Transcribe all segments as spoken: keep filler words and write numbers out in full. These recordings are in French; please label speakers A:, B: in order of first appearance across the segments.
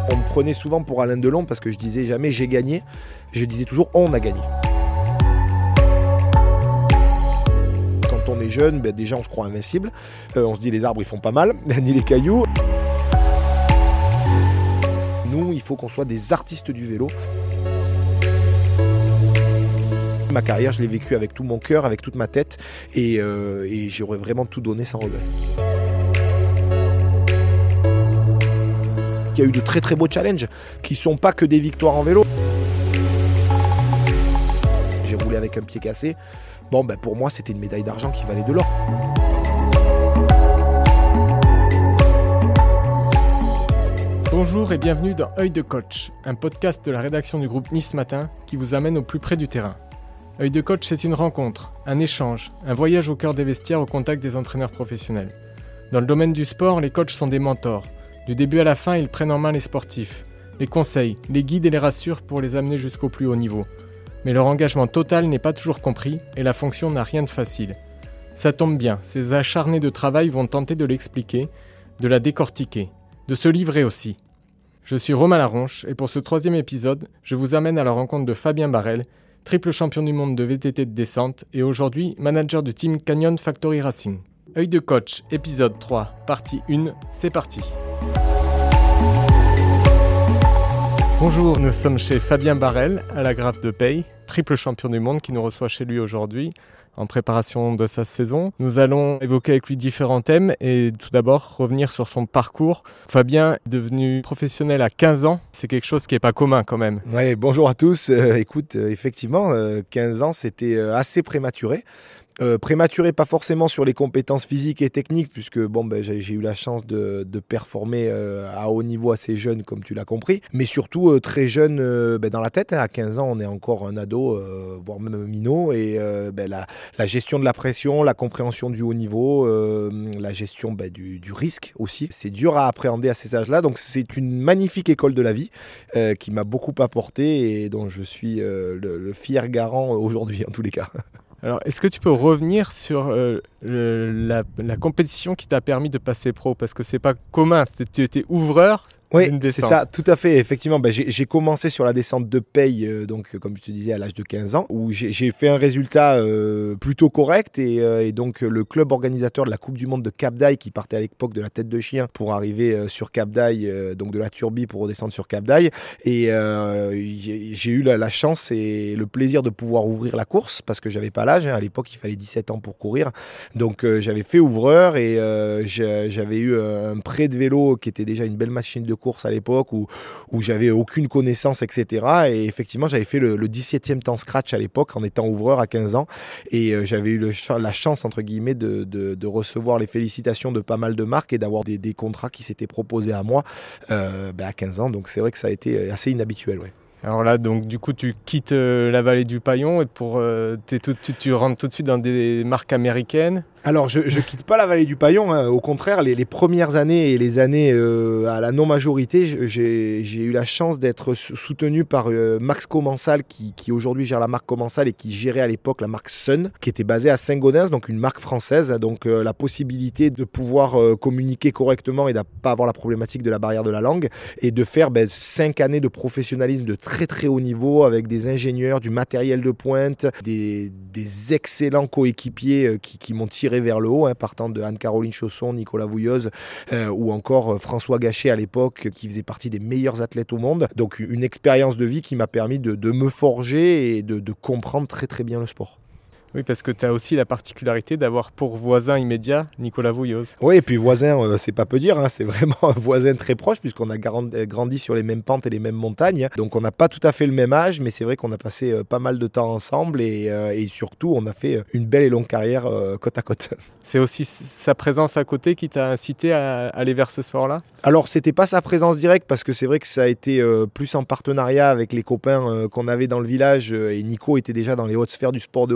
A: On me prenait souvent pour Alain Delon parce que je disais jamais j'ai gagné, je disais toujours on a gagné. Quand on est jeune, ben déjà on se croit invincible, euh, on se dit les arbres ils font pas mal, ni les cailloux. Nous, il faut qu'on soit des artistes du vélo. Ma carrière, je l'ai vécue avec tout mon cœur, avec toute ma tête, et, euh, et j'aurais vraiment tout donné sans regret. Il y a eu de très très beaux challenges qui ne sont pas que des victoires en vélo. J'ai roulé avec un pied cassé. Bon, ben pour moi, c'était une médaille d'argent qui valait de l'or.
B: Bonjour et bienvenue dans Œil de coach, un podcast de la rédaction du groupe Nice Matin qui vous amène au plus près du terrain. Œil de coach, c'est une rencontre, un échange, un voyage au cœur des vestiaires au contact des entraîneurs professionnels. Dans le domaine du sport, les coachs sont des mentors. Du début à la fin, ils prennent en main les sportifs, les conseillent, les guident et les rassurent pour les amener jusqu'au plus haut niveau. Mais leur engagement total n'est pas toujours compris et la fonction n'a rien de facile. Ça tombe bien, ces acharnés de travail vont tenter de l'expliquer, de la décortiquer, de se livrer aussi. Je suis Romain Laronche et pour ce troisième épisode, je vous amène à la rencontre de Fabien Barel, triple champion du monde de V T T de descente et aujourd'hui manager du team Canyon Factory Racing. Œil de coach, épisode trois, partie un, c'est parti. Bonjour, nous sommes chez Fabien Barel à la Grave de Peille, triple champion du monde qui nous reçoit chez lui aujourd'hui en préparation de sa saison. Nous allons évoquer avec lui différents thèmes et tout d'abord revenir sur son parcours. Fabien est devenu professionnel à quinze ans, c'est quelque chose qui n'est pas commun quand même.
A: Ouais, bonjour à tous, euh, écoute, euh, effectivement, euh, quinze ans c'était euh, assez prématuré. Euh, prématuré pas forcément sur les compétences physiques et techniques puisque bon, ben, j'ai, j'ai eu la chance de, de performer euh, à haut niveau assez jeune comme tu l'as compris, mais surtout euh, très jeune euh, ben, dans la tête, hein. À quinze ans on est encore un ado, euh, voire même un minot et euh, ben, la, la gestion de la pression, la compréhension du haut niveau, euh, la gestion ben, du, du risque aussi, c'est dur à appréhender à ces âges-là, donc c'est une magnifique école de la vie euh, qui m'a beaucoup apporté et dont je suis euh, le, le fier garant aujourd'hui en tous les cas.
B: Alors, est-ce que tu peux revenir sur euh, le, la, la compétition qui t'a permis de passer pro ? Parce que c'est pas commun, c'était, tu étais ouvreur.
A: Oui, c'est ça, tout à fait. Effectivement, ben, j'ai, j'ai commencé sur la descente de Peille, euh, donc comme je te disais, à l'âge de quinze ans, où j'ai, j'ai fait un résultat euh, plutôt correct. Et, euh, et donc, le club organisateur de la Coupe du Monde de Cap d'Aille, qui partait à l'époque de la Tête de Chien pour arriver euh, sur Cap d'Aille, euh, donc de la Turbie pour redescendre sur Cap d'Aille. Et euh, j'ai, j'ai eu la, la chance et le plaisir de pouvoir ouvrir la course, parce que j'avais pas l'âge. Hein. À l'époque, il fallait dix-sept ans pour courir. Donc, euh, j'avais fait ouvreur et euh, j'avais eu un prêt de vélo qui était déjà une belle machine de course à l'époque où, où j'avais aucune connaissance, et cetera. Et effectivement, j'avais fait le, le dix-septième temps scratch à l'époque en étant ouvreur à quinze ans. Et euh, j'avais eu le, la chance, entre guillemets, de, de, de recevoir les félicitations de pas mal de marques et d'avoir des, des contrats qui s'étaient proposés à moi euh, ben à quinze ans. Donc c'est vrai que ça a été assez inhabituel. Ouais.
B: Alors là, donc du coup, tu quittes euh, la vallée du Paillon et pour, euh, tout, tu, tu rentres tout de suite dans des marques américaines.
A: Alors, je ne quitte pas la vallée du Paillon. Hein. Au contraire, les, les premières années et les années euh, à la non-majorité, j'ai, j'ai eu la chance d'être soutenu par euh, Max Commensal, qui, qui aujourd'hui gère la marque Commensal et qui gérait à l'époque la marque Sun, qui était basée à Saint-Gaudens, donc une marque française. Donc, euh, la possibilité de pouvoir euh, communiquer correctement et de ne pas avoir la problématique de la barrière de la langue et de faire ben, cinq années de professionnalisme de très très haut niveau avec des ingénieurs, du matériel de pointe, des, des excellents coéquipiers euh, qui, qui m'ont tiré vers le haut, hein, partant de Anne-Caroline Chausson, Nicolas Vouilleuse euh, ou encore euh, François Gachet à l'époque qui faisait partie des meilleurs athlètes au monde. Donc une expérience de vie qui m'a permis de, de me forger et de, de comprendre très très bien le sport.
B: Oui, parce que tu as aussi la particularité d'avoir pour voisin immédiat Nicolas Vouilleuse.
A: Oui, et puis voisin, euh, c'est pas peu dire, hein, c'est vraiment un voisin très proche puisqu'on a grandi sur les mêmes pentes et les mêmes montagnes. Donc on n'a pas tout à fait le même âge, mais c'est vrai qu'on a passé euh, pas mal de temps ensemble et, euh, et surtout on a fait une belle et longue carrière euh, côte à côte.
B: C'est aussi sa présence à côté qui t'a incité à aller vers ce sport-là ?
A: Alors c'était pas sa présence directe parce que c'est vrai que ça a été euh, plus en partenariat avec les copains euh, qu'on avait dans le village euh, et Nico était déjà dans les hautes sphères du sport de haut niveau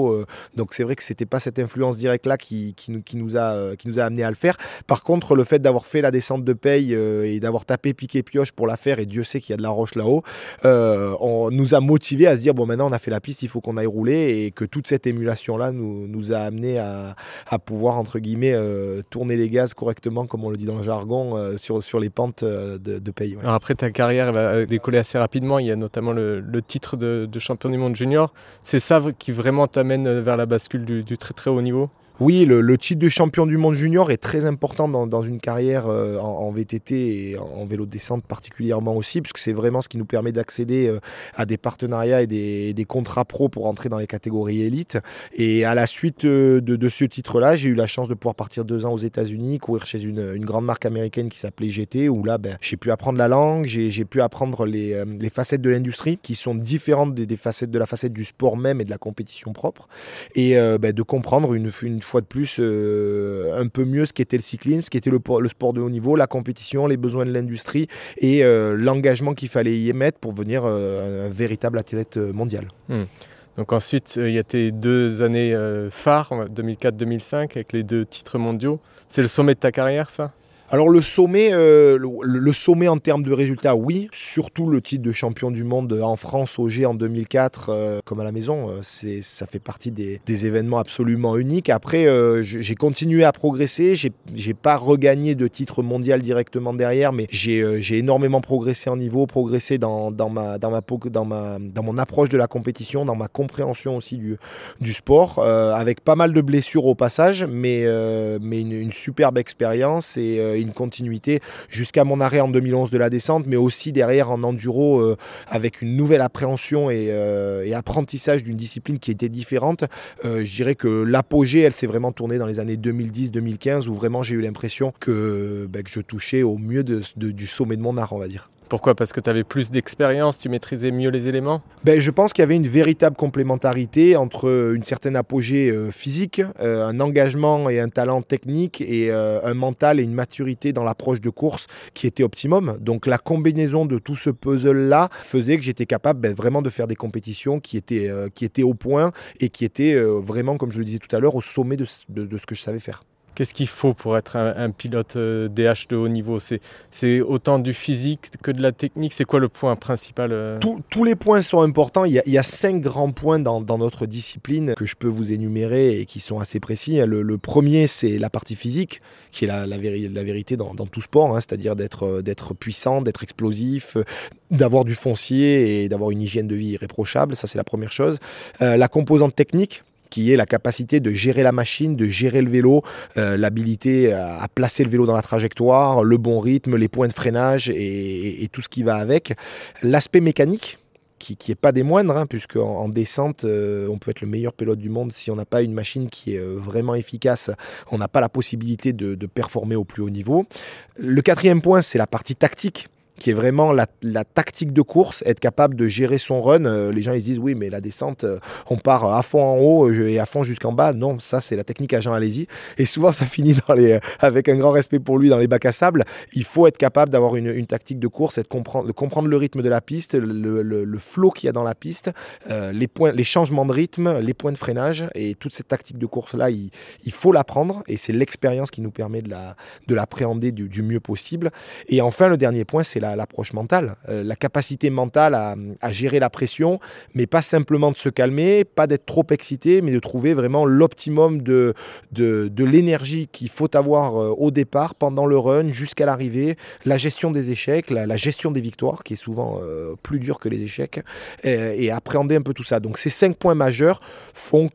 A: vélo. Euh, donc c'est vrai que c'était pas cette influence directe là qui, qui, nous, qui, nous a, euh, qui nous a amené à le faire. Par contre, le fait d'avoir fait la descente de Peille euh, et d'avoir tapé piqué pioche pour la faire, et Dieu sait qu'il y a de la roche là-haut, euh, on nous a motivés à se dire bon, maintenant on a fait la piste, il faut qu'on aille rouler, et que toute cette émulation là nous, nous a amené à, à pouvoir entre guillemets euh, tourner les gaz correctement, comme on le dit dans le jargon, euh, sur, sur les pentes euh, de, de Peille. Ouais.
B: Alors après, ta carrière elle va décoller assez rapidement. Il y a notamment le, le titre de, de champion du monde junior. C'est ça qui vraiment t'amène vers la bascule du, du très très haut niveau?
A: Oui, le, le titre de champion du monde junior est très important dans, dans une carrière euh, en, en V T T et en, en vélo de descente particulièrement aussi, puisque c'est vraiment ce qui nous permet d'accéder euh, à des partenariats et des, des contrats pro pour entrer dans les catégories élites. Et à la suite euh, de, de ce titre-là, j'ai eu la chance de pouvoir partir deux ans aux États-Unis, courir chez une, une grande marque américaine qui s'appelait G T, où là, ben, j'ai pu apprendre la langue, j'ai, j'ai pu apprendre les, euh, les facettes de l'industrie qui sont différentes des, des facettes de la facette du sport même et de la compétition propre, et euh, ben, de comprendre une, une fois de plus euh, un peu mieux ce qu'était le cyclisme, ce qu'était le, le sport de haut niveau, la compétition, les besoins de l'industrie et euh, l'engagement qu'il fallait y mettre pour devenir euh, un véritable athlète mondial.
B: Mmh. Donc ensuite, il euh, y a tes deux années euh, phares, deux mille quatre deux mille cinq, avec les deux titres mondiaux. C'est le sommet de ta carrière, ça ?
A: Alors le sommet, euh, le, le sommet en termes de résultats, oui. Surtout le titre de champion du monde en France au G en deux mille quatre, euh, comme à la maison, euh, c'est, ça fait partie des, des événements absolument uniques. Après, euh, j'ai continué à progresser. J'ai, j'ai pas regagné de titre mondial directement derrière, mais j'ai, euh, j'ai énormément progressé en niveau, progressé dans, dans, ma, dans, ma, dans, ma, dans mon approche de la compétition, dans ma compréhension aussi du, du sport, euh, avec pas mal de blessures au passage, mais, euh, mais une, une superbe expérience et euh, une continuité jusqu'à mon arrêt en deux mille onze de la descente, mais aussi derrière en enduro euh, avec une nouvelle appréhension et, euh, et apprentissage d'une discipline qui était différente. Euh, je dirais que l'apogée, elle s'est vraiment tournée dans les années deux mille dix deux mille quinze, où vraiment j'ai eu l'impression que, ben, que je touchais au mieux de, de, du sommet de mon art, on va dire.
B: Pourquoi ? Parce que tu avais plus d'expérience, tu maîtrisais mieux les éléments ?
A: Ben, je pense qu'il y avait une véritable complémentarité entre une certaine apogée euh, physique, euh, un engagement et un talent technique, et euh, un mental et une maturité dans l'approche de course qui était optimum. Donc la combinaison de tout ce puzzle-là faisait que j'étais capable ben, vraiment de faire des compétitions qui étaient, euh, qui étaient au point et qui étaient euh, vraiment, comme je le disais tout à l'heure, au sommet de, de, de ce que je savais faire.
B: Qu'est-ce qu'il faut pour être un, un pilote euh, D H de haut niveau ? c'est, c'est autant du physique que de la technique. C'est quoi le point principal euh...
A: Tous, tous les points sont importants. Il y a, il y a cinq grands points dans, dans notre discipline que je peux vous énumérer et qui sont assez précis. Le, le premier, c'est la partie physique, qui est la, la, véri, la vérité dans, dans tout sport, hein, c'est-à-dire d'être, d'être puissant, d'être explosif, d'avoir du foncier et d'avoir une hygiène de vie irréprochable. Ça, c'est la première chose. Euh, la composante technique, qui est la capacité de gérer la machine, de gérer le vélo, euh, l'habilité à, à placer le vélo dans la trajectoire, le bon rythme, les points de freinage et, et, et tout ce qui va avec. L'aspect mécanique, qui n'est pas des moindres, hein, puisque en, en descente, euh, on peut être le meilleur pilote du monde. Si on n'a pas une machine qui est euh, vraiment efficace, on n'a pas la possibilité de, de performer au plus haut niveau. Le quatrième point, c'est la partie tactique, qui est vraiment la, la tactique de course, être capable de gérer son run. Euh, les gens ils se disent oui, mais la descente, euh, on part à fond en haut euh, et à fond jusqu'en bas. Non, ça c'est la technique à Jean Alési. Et souvent ça finit dans les, avec un grand respect pour lui dans les bacs à sable. Il faut être capable d'avoir une, une tactique de course, et de comprendre, de comprendre le rythme de la piste, le, le, le flow qu'il y a dans la piste, euh, les, points, les changements de rythme, les points de freinage. Et toute cette tactique de course-là, il, il faut l'apprendre. Et c'est l'expérience qui nous permet de, la, de l'appréhender du, du mieux possible. Et enfin, le dernier point, c'est la, l'approche mentale, euh, la capacité mentale à, à gérer la pression, mais pas simplement de se calmer, pas d'être trop excité, mais de trouver vraiment l'optimum de, de, de l'énergie qu'il faut avoir euh, au départ, pendant le run, jusqu'à l'arrivée, la gestion des échecs, la, la gestion des victoires, qui est souvent euh, plus dure que les échecs, et, et appréhender un peu tout ça. Donc ces cinq points majeurs font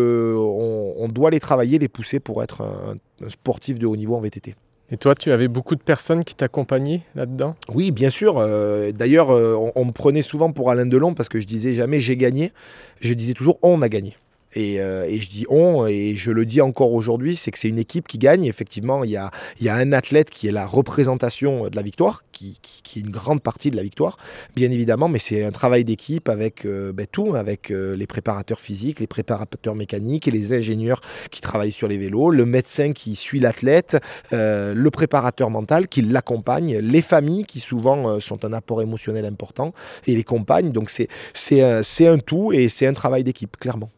A: qu'on on doit les travailler, les pousser pour être un, un sportif de haut niveau en V T T.
B: Et toi, tu avais beaucoup de personnes qui t'accompagnaient là-dedans ?
A: Oui, bien sûr. Euh, d'ailleurs, euh, on, on me prenait souvent pour Alain Delon parce que je disais jamais j'ai gagné. Je disais toujours on a gagné. Et, euh, et je dis on, et je le dis encore aujourd'hui, c'est que c'est une équipe qui gagne. Effectivement, il y a, il y a un athlète qui est la représentation de la victoire, qui, qui, qui est une grande partie de la victoire, bien évidemment, mais c'est un travail d'équipe avec euh, ben, tout, avec euh, les préparateurs physiques, les préparateurs mécaniques et les ingénieurs qui travaillent sur les vélos, le médecin qui suit l'athlète, euh, le préparateur mental qui l'accompagne, les familles qui souvent euh, sont un apport émotionnel important et les compagnes. Donc c'est, c'est, un, c'est un tout et c'est un travail d'équipe, clairement.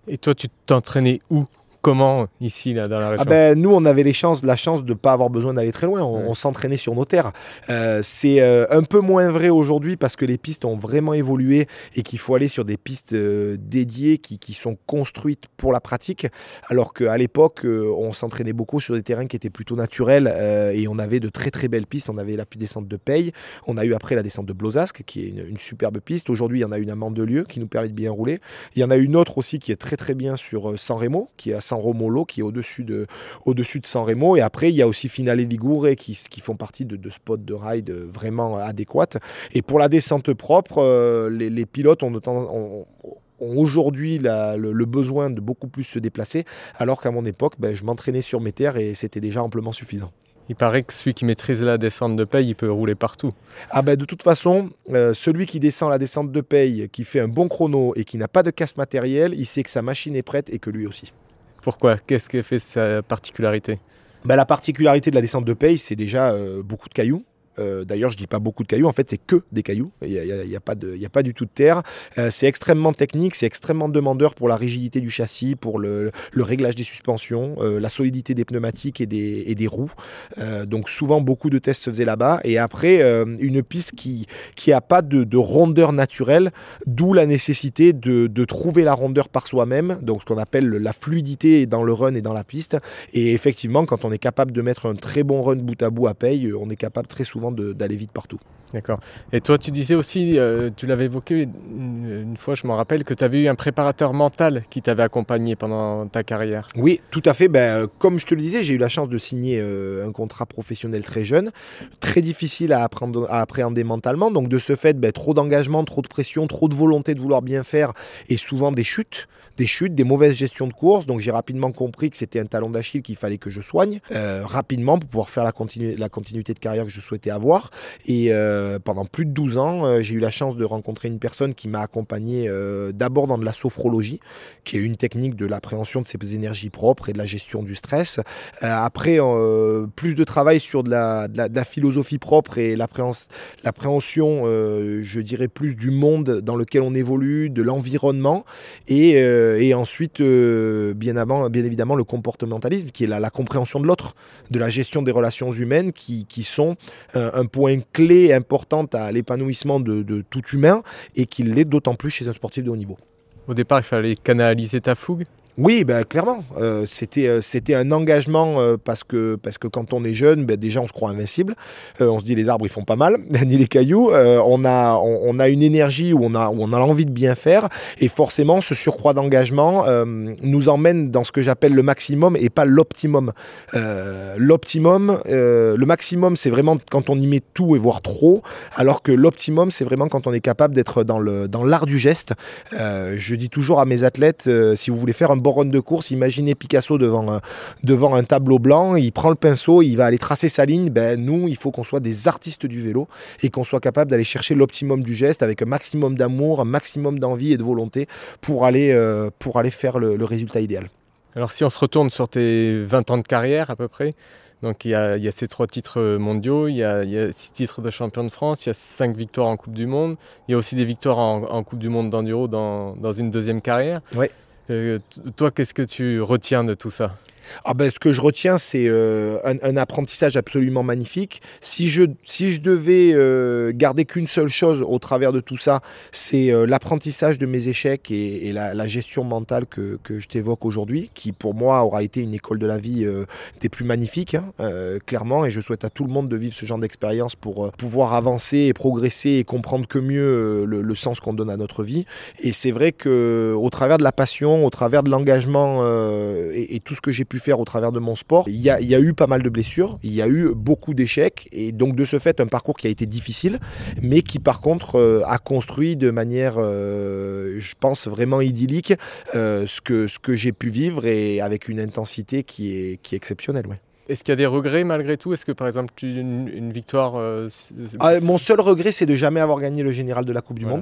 B: Et toi, tu t'entraînais où ? Comment, ici, là, dans la région ?
A: Ah ben, nous, on avait les chances, la chance de ne pas avoir besoin d'aller très loin. On,
B: Ouais.
A: on s'entraînait sur nos terres. Euh, c'est euh, un peu moins vrai aujourd'hui parce que les pistes ont vraiment évolué et qu'il faut aller sur des pistes euh, dédiées qui, qui sont construites pour la pratique. Alors qu'à l'époque, euh, on s'entraînait beaucoup sur des terrains qui étaient plutôt naturels euh, et on avait de très très belles pistes. On avait la descente de Peille. On a eu après la descente de Blozasque qui est une, une superbe piste. Aujourd'hui, il y en a une à Mandelieu qui nous permet de bien rouler. Il y en a une autre aussi qui est très très bien sur euh, San Remo, qui est à San Romolo, qui est au-dessus de, au-dessus de San Remo. Et après, il y a aussi Finale Ligure qui, qui font partie de, de spots de ride vraiment adéquats. Et pour la descente propre, euh, les, les pilotes ont, ont, ont aujourd'hui la, le, le besoin de beaucoup plus se déplacer, alors qu'à mon époque, ben, je m'entraînais sur mes terres et c'était déjà amplement suffisant.
B: Il paraît que celui qui maîtrise la descente de Peille, il peut rouler partout.
A: Ah ben de toute façon, euh, celui qui descend la descente de Peille, qui fait un bon chrono et qui n'a pas de casse matériel, il sait que sa machine est prête et que lui aussi.
B: Pourquoi ? Qu'est-ce qui fait sa particularité ?
A: Ben, la particularité de la descente de Peille, c'est déjà euh, beaucoup de cailloux. Euh, d'ailleurs, je dis pas beaucoup de cailloux, en fait, c'est que des cailloux. Il n'y a, y a, a, pas de, y a pas du tout de terre. Euh, c'est extrêmement technique, c'est extrêmement demandeur pour la rigidité du châssis, pour le, le réglage des suspensions, euh, la solidité des pneumatiques et des, et des roues. Euh, donc, souvent, beaucoup de tests se faisaient là-bas. Et après, euh, une piste qui qui a pas de, de rondeur naturelle, d'où la nécessité de, de trouver la rondeur par soi-même, donc ce qu'on appelle la fluidité dans le run et dans la piste. Et effectivement, quand on est capable de mettre un très bon run bout à bout à Peille, on est capable très souvent De, d'aller vite partout.
B: D'accord. Et toi, tu disais aussi, euh, tu l'avais évoqué une, une fois, je m'en rappelle, que tu avais eu un préparateur mental qui t'avait accompagné pendant ta carrière.
A: Oui, tout à fait. Ben, comme je te le disais, j'ai eu la chance de signer euh, un contrat professionnel très jeune, très difficile à, apprendre, à appréhender mentalement. Donc de ce fait, ben, trop d'engagement, trop de pression, trop de volonté de vouloir bien faire et souvent des chutes. Des chutes, des mauvaises gestions de course. Donc j'ai rapidement compris que c'était un talon d'Achille qu'il fallait que je soigne euh, rapidement pour pouvoir faire la, continu- la continuité de carrière que je souhaitais avoir. Et euh, pendant plus de douze ans, euh, j'ai eu la chance de rencontrer une personne qui m'a accompagné euh, d'abord dans de la sophrologie, qui est une technique de l'appréhension de ses énergies propres et de la gestion du stress. Euh, après, euh, plus de travail sur de la, de la, de la philosophie propre et l'appréhension, l'appréhension euh, je dirais, plus du monde dans lequel on évolue, de l'environnement. Et euh, Et ensuite, euh, bien, avant, bien évidemment, le comportementalisme, qui est la, la compréhension de l'autre, de la gestion des relations humaines, qui, qui sont euh, un point clé important à l'épanouissement de, de tout humain, et qui l'est d'autant plus chez un sportif de haut niveau.
B: Au départ, il fallait canaliser ta fougue ?
A: Oui, ben, clairement. Euh, c'était, euh, c'était un engagement euh, parce, que, parce que quand on est jeune, ben, déjà on se croit invincible. Euh, on se dit les arbres ils font pas mal, ni les cailloux. Euh, on, a, on, on a une énergie où on a, où on a l'envie de bien faire. Et forcément, ce surcroît d'engagement euh, nous emmène dans ce que j'appelle le maximum et pas l'optimum. Euh, l'optimum, euh, le maximum, c'est vraiment quand on y met tout et voire trop. Alors que l'optimum, c'est vraiment quand on est capable d'être dans, le, dans l'art du geste. Euh, je dis toujours à mes athlètes, euh, si vous voulez faire un bon run de course, imaginez Picasso devant un, devant un tableau blanc, il prend le pinceau, il va aller tracer sa ligne. Ben, nous, il faut qu'on soit des artistes du vélo et qu'on soit capable d'aller chercher l'optimum du geste avec un maximum d'amour, un maximum d'envie et de volonté pour aller, euh, pour aller faire le, le résultat idéal.
B: Alors si on se retourne sur tes vingt ans de carrière à peu près, donc il y a, il y a ces trois titres mondiaux, il y, a, il y a six titres de champion de France, il y a cinq victoires en Coupe du Monde, il y a aussi des victoires en, en Coupe du Monde d'enduro dans, dans une deuxième carrière.
A: Ouais.
B: Euh, t- toi, qu'est-ce que tu retiens de tout ça ?
A: Ah ben, ce que je retiens, c'est euh, un, un apprentissage absolument magnifique. Si je, si je devais euh, garder qu'une seule chose au travers de tout ça, c'est euh, l'apprentissage de mes échecs et, et la, la gestion mentale que, que je t'évoque aujourd'hui, qui pour moi aura été une école de la vie euh, des plus magnifiques, hein, euh, clairement. Et je souhaite à tout le monde de vivre ce genre d'expérience pour euh, pouvoir avancer et progresser et comprendre que mieux euh, le, le sens qu'on donne à notre vie. Et c'est vrai qu'au travers de la passion, au travers de l'engagement euh, et, et tout ce que j'ai pu faire au travers de mon sport, il y a, il y a eu pas mal de blessures, il y a eu beaucoup d'échecs et donc de ce fait un parcours qui a été difficile mais qui par contre euh, a construit de manière euh, je pense vraiment idyllique euh, ce que, ce que j'ai pu vivre et avec une intensité qui est, qui est exceptionnelle. Ouais.
B: Est-ce qu'il y a des regrets malgré tout ? Est-ce que par exemple tu, une, une victoire euh,
A: ah, Mon seul regret c'est de jamais avoir gagné le général de la Coupe du
B: voilà.
A: Monde.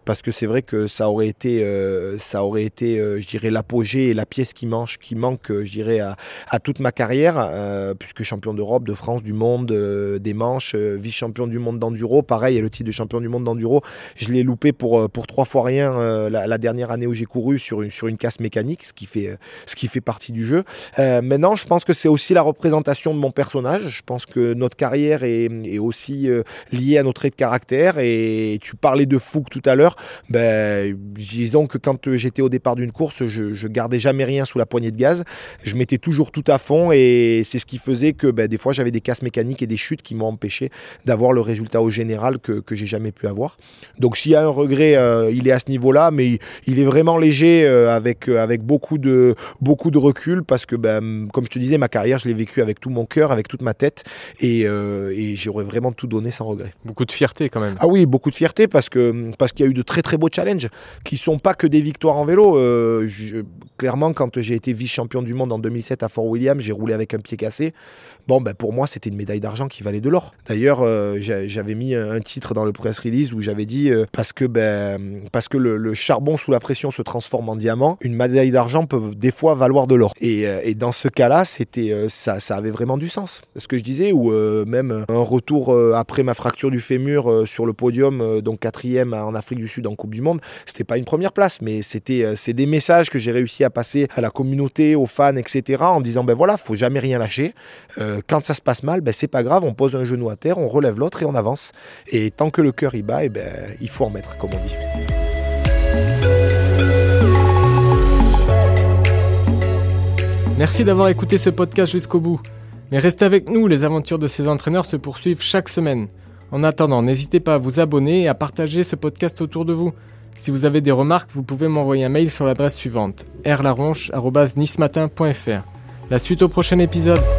A: parce que c'est vrai que ça aurait été, euh, ça aurait été euh, je dirais, l'apogée et la pièce qui manque, qui manque je dirais, à, à toute ma carrière, euh, puisque champion d'Europe, de France, du monde, euh, des manches, euh, vice-champion du monde d'enduro. Pareil, et le titre de champion du monde d'enduro, je l'ai loupé pour, pour trois fois rien euh, la, la dernière année où j'ai couru sur une, sur une casse mécanique, ce qui fait, ce qui fait partie du jeu. Euh, maintenant, je pense que c'est aussi la représentation de mon personnage. Je pense que notre carrière est, est aussi euh, liée à nos traits de caractère. Et tu parlais de fougue tout à l'heure. Ben, disons que quand j'étais au départ d'une course, je, je gardais jamais rien sous la poignée de gaz. Je mettais toujours tout à fond et c'est ce qui faisait que ben, des fois j'avais des casses mécaniques et des chutes qui m'ont empêché d'avoir le résultat au général que, que j'ai jamais pu avoir. Donc s'il y a un regret, euh, il est à ce niveau-là, mais il, il est vraiment léger euh, avec, euh, avec beaucoup de, beaucoup de recul parce que ben, comme je te disais, ma carrière, je l'ai vécue avec tout mon cœur, avec toute ma tête et, euh, et j'aurais vraiment tout donné sans regret.
B: Beaucoup de fierté quand même.
A: Ah oui, beaucoup de fierté parce que parce qu'il y a eu de très très beaux challenges qui sont pas que des victoires en vélo. Euh, je, clairement, quand j'ai été vice-champion du monde en deux mille sept à Fort William, j'ai roulé avec un pied cassé. Bon, ben pour moi, c'était une médaille d'argent qui valait de l'or. D'ailleurs, euh, j'avais mis un titre dans le press release où j'avais dit euh, parce que ben parce que le, le charbon sous la pression se transforme en diamant, une médaille d'argent peut des fois valoir de l'or. Et, euh, et dans ce cas-là, c'était euh, ça, ça avait vraiment du sens. Ce que je disais, ou euh, même un retour euh, après ma fracture du fémur euh, sur le podium, euh, donc quatrième en Afrique du Sud en Coupe du Monde, c'était pas une première place, mais c'était euh, c'est des messages que j'ai réussi à passer à la communauté, aux fans, et cetera, en disant ben voilà, faut jamais rien lâcher. Euh, quand ça se passe mal, ben c'est pas grave, on pose un genou à terre, on relève l'autre et on avance. Et tant que le cœur y bat, et ben il faut en mettre, comme on dit.
B: Merci d'avoir écouté ce podcast jusqu'au bout. Mais restez avec nous, les aventures de ces entraîneurs se poursuivent chaque semaine. En attendant, n'hésitez pas à vous abonner et à partager ce podcast autour de vous. Si vous avez des remarques, vous pouvez m'envoyer un mail sur l'adresse suivante r laronche arobase nice matin point f r. La suite au prochain épisode.